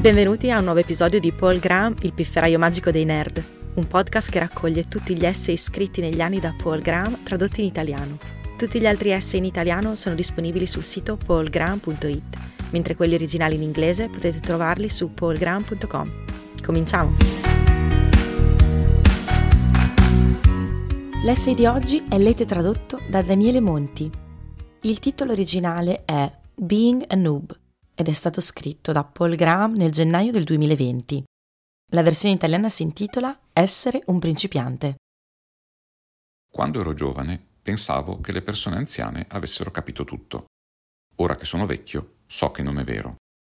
Benvenuti a un nuovo episodio di Paul Graham, il pifferaio magico dei nerd, un podcast che raccoglie tutti gli essay scritti negli anni da Paul Graham tradotti in italiano. Tutti gli altri essay in italiano sono disponibili sul sito paulgraham.it, mentre quelli originali in inglese potete trovarli su paulgraham.com. Cominciamo! L'essay di oggi è letto e tradotto da Daniele Monti. Il titolo originale è Being a Noob ed è stato scritto da Paul Graham nel gennaio del 2020. La versione italiana si intitola Essere un principiante. Quando ero giovane pensavo che le persone anziane avessero capito tutto. Ora che sono vecchio so che non è vero.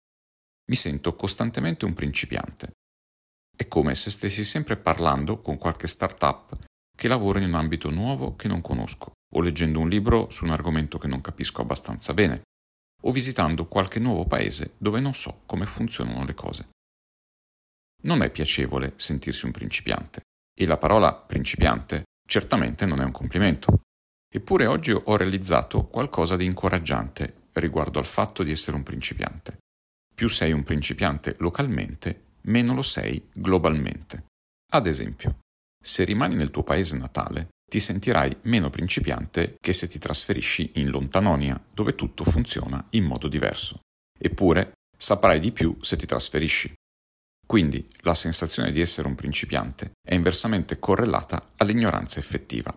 Mi sento costantemente un principiante. È come se stessi sempre parlando con qualche start-up che lavora in un ambito nuovo che non conosco, o leggendo un libro su un argomento che non capisco abbastanza bene, o visitando qualche nuovo paese dove non so come funzionano le cose. Non è piacevole sentirsi un principiante, e la parola principiante certamente non è un complimento. Eppure oggi ho realizzato qualcosa di incoraggiante riguardo al fatto di essere un principiante. Più sei un principiante localmente, meno lo sei globalmente. Ad esempio, se rimani nel tuo paese natale, ti sentirai meno principiante che se ti trasferisci in Lontanonia, dove tutto funziona in modo diverso. Eppure, saprai di più se ti trasferisci. Quindi, la sensazione di essere un principiante è inversamente correlata all'ignoranza effettiva.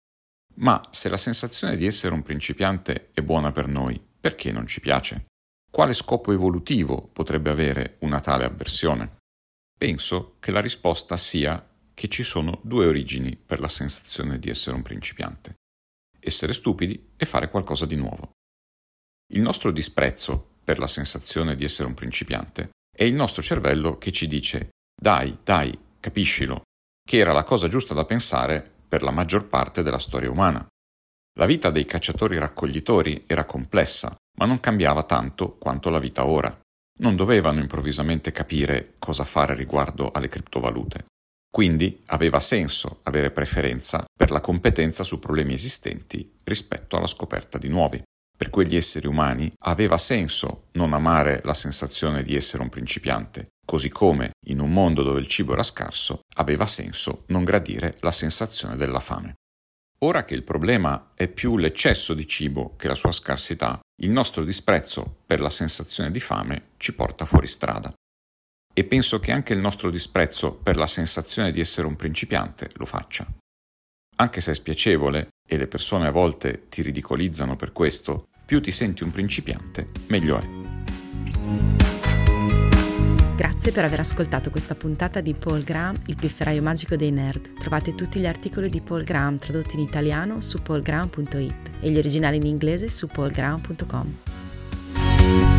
Ma se la sensazione di essere un principiante è buona per noi, perché non ci piace? Quale scopo evolutivo potrebbe avere una tale avversione? Penso che la risposta sia che ci sono due origini per la sensazione di essere un principiante: essere stupidi e fare qualcosa di nuovo. Il nostro disprezzo per la sensazione di essere un principiante è il nostro cervello che ci dice dai, capiscilo, che era la cosa giusta da pensare per la maggior parte della storia umana. La vita dei cacciatori-raccoglitori era complessa, ma non cambiava tanto quanto la vita ora. Non dovevano improvvisamente capire cosa fare riguardo alle criptovalute. Quindi aveva senso avere preferenza per la competenza su problemi esistenti rispetto alla scoperta di nuovi. Per quegli esseri umani aveva senso non amare la sensazione di essere un principiante, così come, in un mondo dove il cibo era scarso, aveva senso non gradire la sensazione della fame. Ora che il problema è più l'eccesso di cibo che la sua scarsità, il nostro disprezzo per la sensazione di fame ci porta fuori strada. E penso che anche il nostro disprezzo per la sensazione di essere un principiante lo faccia. Anche se è spiacevole, e le persone a volte ti ridicolizzano per questo, più ti senti un principiante, meglio è. Grazie per aver ascoltato questa puntata di Paul Graham, il pifferaio magico dei nerd. Trovate tutti gli articoli di Paul Graham tradotti in italiano su paulgraham.it e gli originali in inglese su paulgraham.com.